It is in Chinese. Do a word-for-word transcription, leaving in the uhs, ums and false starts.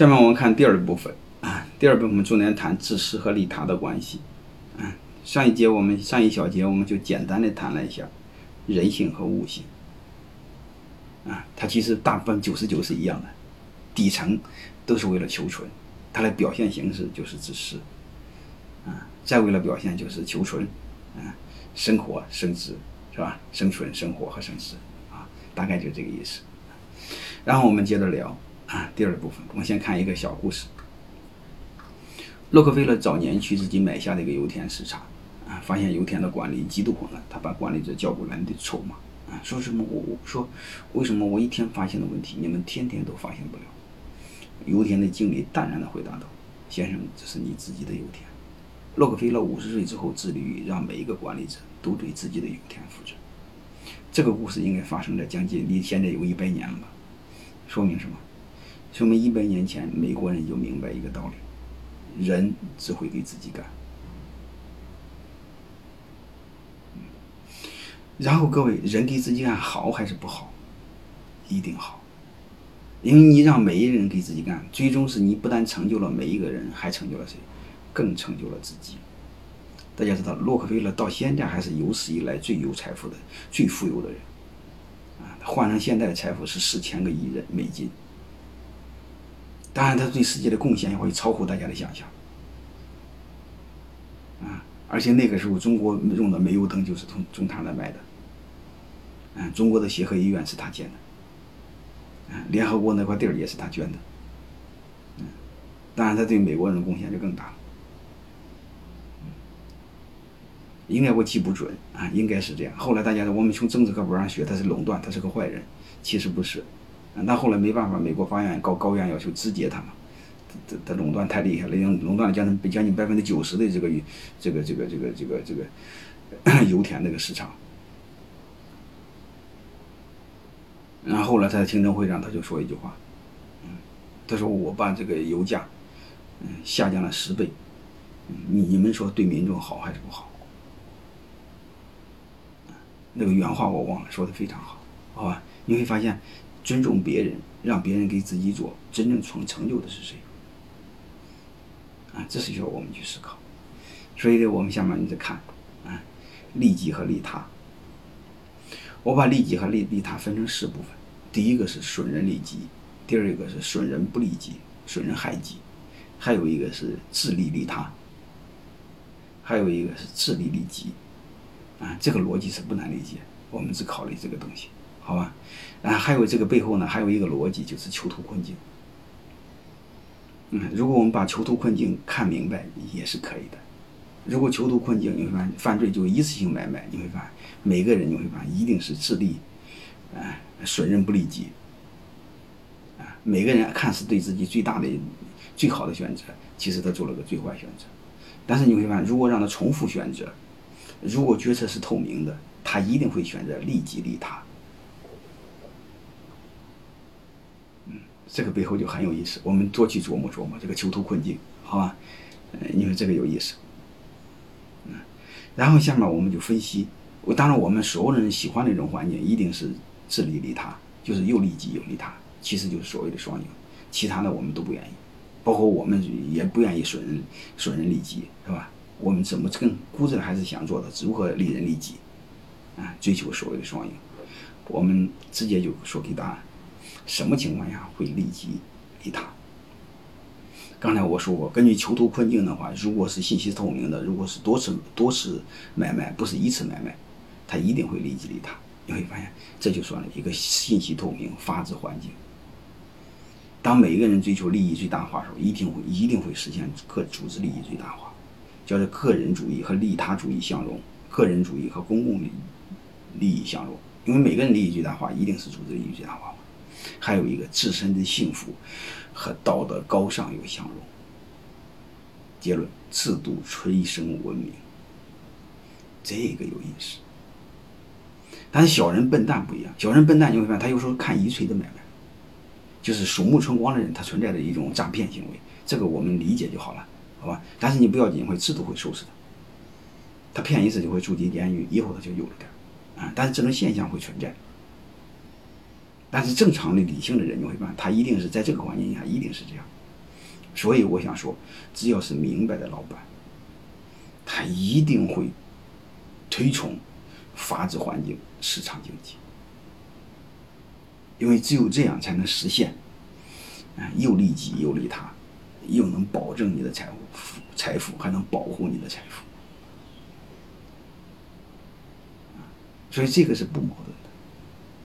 下面我们看第二部分啊，第二部分我们重点谈自私和利他的关系。嗯，上一节我们上一小节我们就简单的谈了一下人性和物性。啊，它其实大部分九十九是一样的，底层都是为了求存，它的表现形式就是自私，啊，再为了表现就是求存，啊，生活生殖是吧？生存、生活和生殖啊，大概就这个意思。然后我们接着聊啊，第二部分，我们先看一个小故事。洛克菲勒早年去自己买下的一个油田视察，啊，发现油田的管理极度混乱，他把管理者叫过来得臭骂。啊，说什么我我说为什么我一天发现的问题，你们天天都发现不了？油田的经理淡然地回答道：“先生，这是你自己的油田。”洛克菲勒五十岁之后致力于让每一个管理者都对自己的油田负责。这个故事应该发生在将近离现在有一百年了吧？说明什么？说明一百年前美国人就明白一个道理：人只会给自己干。然后各位，人给自己干好还是不好？一定好，因为你让每一个人给自己干，最终是你不但成就了每一个人，还成就了谁？更成就了自己。大家知道，洛克菲勒到现在还是有史以来最有财富的、最富有的人。啊，他换成现在的财富是四千个亿人美金。当然，他对世界的贡献也会超乎大家的想象。啊，而且那个时候中国用的煤油灯就是从从他那买的。嗯，中国的协和医院是他建的，嗯，联合国那块地儿也是他捐的，嗯，当然他对美国人的贡献就更大了，嗯，应该我记不准啊，应该是这样。后来大家我们从政治课本上学他是垄断，他是个坏人，其实不是，那后来没办法，美国法院高高院要求肢解他嘛，他他垄断太厉害了，垄断了将近将近百分之九十的这个这个这个这个这个这个油田这个市场。然后后来他在听证会上他就说一句话，嗯，他说我把这个油价，嗯，下降了十倍，嗯，你们说对民众好还是不好？那个原话我忘了，说的非常好，好吧？你会发现，尊重别人，让别人给自己做，真正创成就的是谁？啊，这是需要我们去思考。所以呢，我们下面你再看，啊，利己和利他。我把利己和利利他分成四部分，第一个是损人利己，第二个是损人不利己，损人害己，还有一个是自利利他，还有一个是自利利己。啊，这个逻辑是不难理解，我们只考虑这个东西，好吧？啊，还有这个背后呢，还有一个逻辑就是囚徒困境。嗯，如果我们把囚徒困境看明白，也是可以的。如果囚徒困境，你会发现犯罪就一次性买卖，你会发现每个人你会发现一定是自利，啊，损人不利己，啊，每个人看似对自己最大的、最好的选择，其实他做了个最坏选择。但是你会发现，如果让他重复选择，如果决策是透明的，他一定会选择利己利他。嗯，这个背后就很有意思，我们多去琢磨琢磨这个囚徒困境，好吧？嗯，因为这个有意思。嗯，然后下面我们就分析，我当然我们所有人喜欢的这种环境一定是自利利他，就是又利己又利他，其实就是所谓的双赢，其他的我们都不愿意，包括我们也不愿意损人损人利己，是吧？我们怎么更估着还是想做的如何利人利己，啊，追求所谓的双赢。我们直接就说给答案，什么情况下会利己利他？刚才我说过，根据囚徒困境的话，如果是信息透明的，如果是多次多次买卖，不是一次买卖，它一定会利己利他。你会发现，这就算了一个信息透明、法治环境。当每一个人追求利益最大化的时候，一定会一定会实现各组织利益最大化，叫做个人主义和利他主义相融，个人主义和公共利利益相融。因为每个人利益最大化，一定是组织利益最大化。还有一个自身的幸福和道德高尚又相融。结论：制度催生文明。这个有意思。但是小人笨蛋不一样，小人笨蛋你会发现他有时候看一锤的买卖，就是鼠目寸光的人，他存在的一种诈骗行为，这个我们理解就好了，好吧？但是你不要紧，会制度会收拾他，他骗一次就会住进监狱，以后他就有了点啊。但是这种现象会存在。但是正常的理性的人，你会发现他一定是在这个环境下一定是这样， 所以我想说，只要是明白的老板，他一定会推崇法治环境、市场经济，因为只有这样才能实现，啊，又利己又利他，又能保证你的财富，财富还能保护你的财富，所以这个是不矛盾。